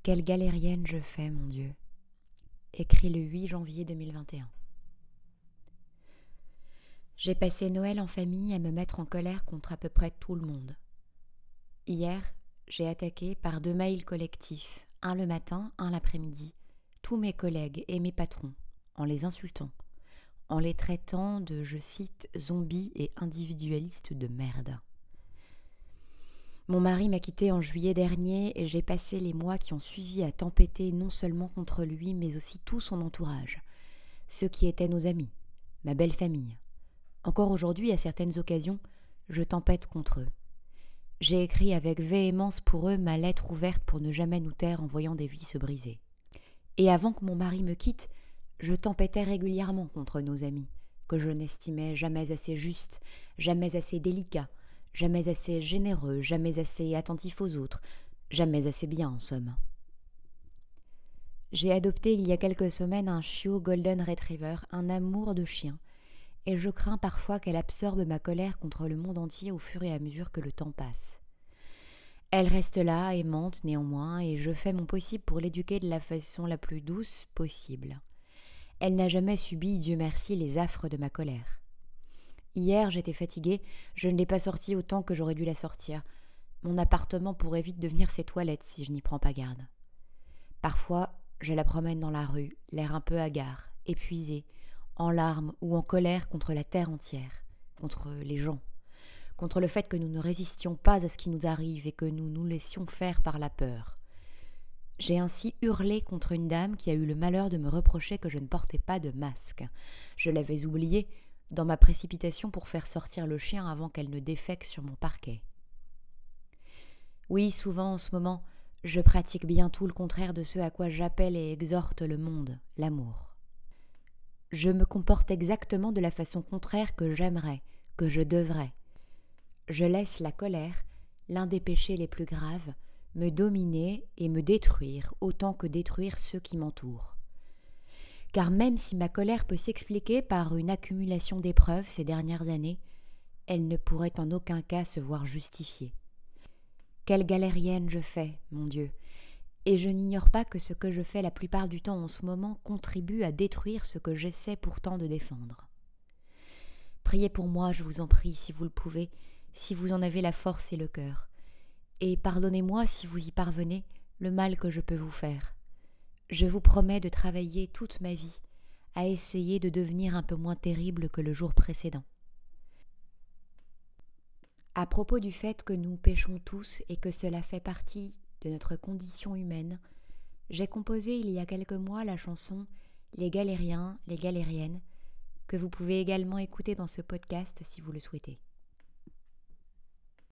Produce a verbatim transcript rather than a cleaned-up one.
Quelle galérienne je fais, mon Dieu. Écrit le huit janvier deux mille vingt et un. J'ai passé Noël en famille à me mettre en colère contre à peu près tout le monde. Hier, j'ai attaqué par deux mails collectifs, un le matin, un l'après-midi, tous mes collègues et mes patrons, en les insultant, en les traitant de, je cite, zombies et individualistes de merde. Mon mari m'a quittée en juillet dernier et j'ai passé les mois qui ont suivi à tempêter non seulement contre lui, mais aussi tout son entourage, ceux qui étaient nos amis, ma belle famille. Encore aujourd'hui, à certaines occasions, je tempête contre eux. J'ai écrit avec véhémence pour eux ma lettre ouverte pour ne jamais nous taire en voyant des vies se briser. Et avant que mon mari me quitte, je tempêtais régulièrement contre nos amis, que je n'estimais jamais assez justes, jamais assez délicats, jamais assez généreux, jamais assez attentifs aux autres, jamais assez bien en somme. J'ai adopté il y a quelques semaines un chiot Golden Retriever, un amour de chien, et je crains parfois qu'elle absorbe ma colère contre le monde entier au fur et à mesure que le temps passe. Elle reste là, aimante néanmoins, et je fais mon possible pour l'éduquer de la façon la plus douce possible. Elle n'a jamais subi, Dieu merci, les affres de ma colère. Hier, j'étais fatiguée, je ne l'ai pas sortie autant que j'aurais dû la sortir. Mon appartement pourrait vite devenir ses toilettes si je n'y prends pas garde. Parfois, je la promène dans la rue, l'air un peu hagard, épuisée, en larmes ou en colère contre la terre entière, contre les gens, contre le fait que nous ne résistions pas à ce qui nous arrive et que nous nous laissions faire par la peur. J'ai ainsi hurlé contre une dame qui a eu le malheur de me reprocher que je ne portais pas de masque. Je l'avais oublié dans ma précipitation pour faire sortir le chien avant qu'elle ne défèque sur mon parquet. Oui, souvent en ce moment, je pratique bien tout le contraire de ce à quoi j'appelle et exhorte le monde, l'amour. Je me comporte exactement de la façon contraire que j'aimerais, que je devrais. Je laisse la colère, l'un des péchés les plus graves, me dominer et me détruire autant que détruire ceux qui m'entourent. Car même si ma colère peut s'expliquer par une accumulation d'épreuves ces dernières années, elle ne pourrait en aucun cas se voir justifiée. Quelle galérienne je fais, mon Dieu, et je n'ignore pas que ce que je fais la plupart du temps en ce moment contribue à détruire ce que j'essaie pourtant de défendre. Priez pour moi, je vous en prie, si vous le pouvez, si vous en avez la force et le cœur. Et pardonnez-moi, si vous y parvenez, le mal que je peux vous faire. Je vous promets de travailler toute ma vie à essayer de devenir un peu moins terrible que le jour précédent. À propos du fait que nous péchons tous et que cela fait partie de notre condition humaine, j'ai composé il y a quelques mois la chanson « Les galériens, les galériennes » que vous pouvez également écouter dans ce podcast si vous le souhaitez.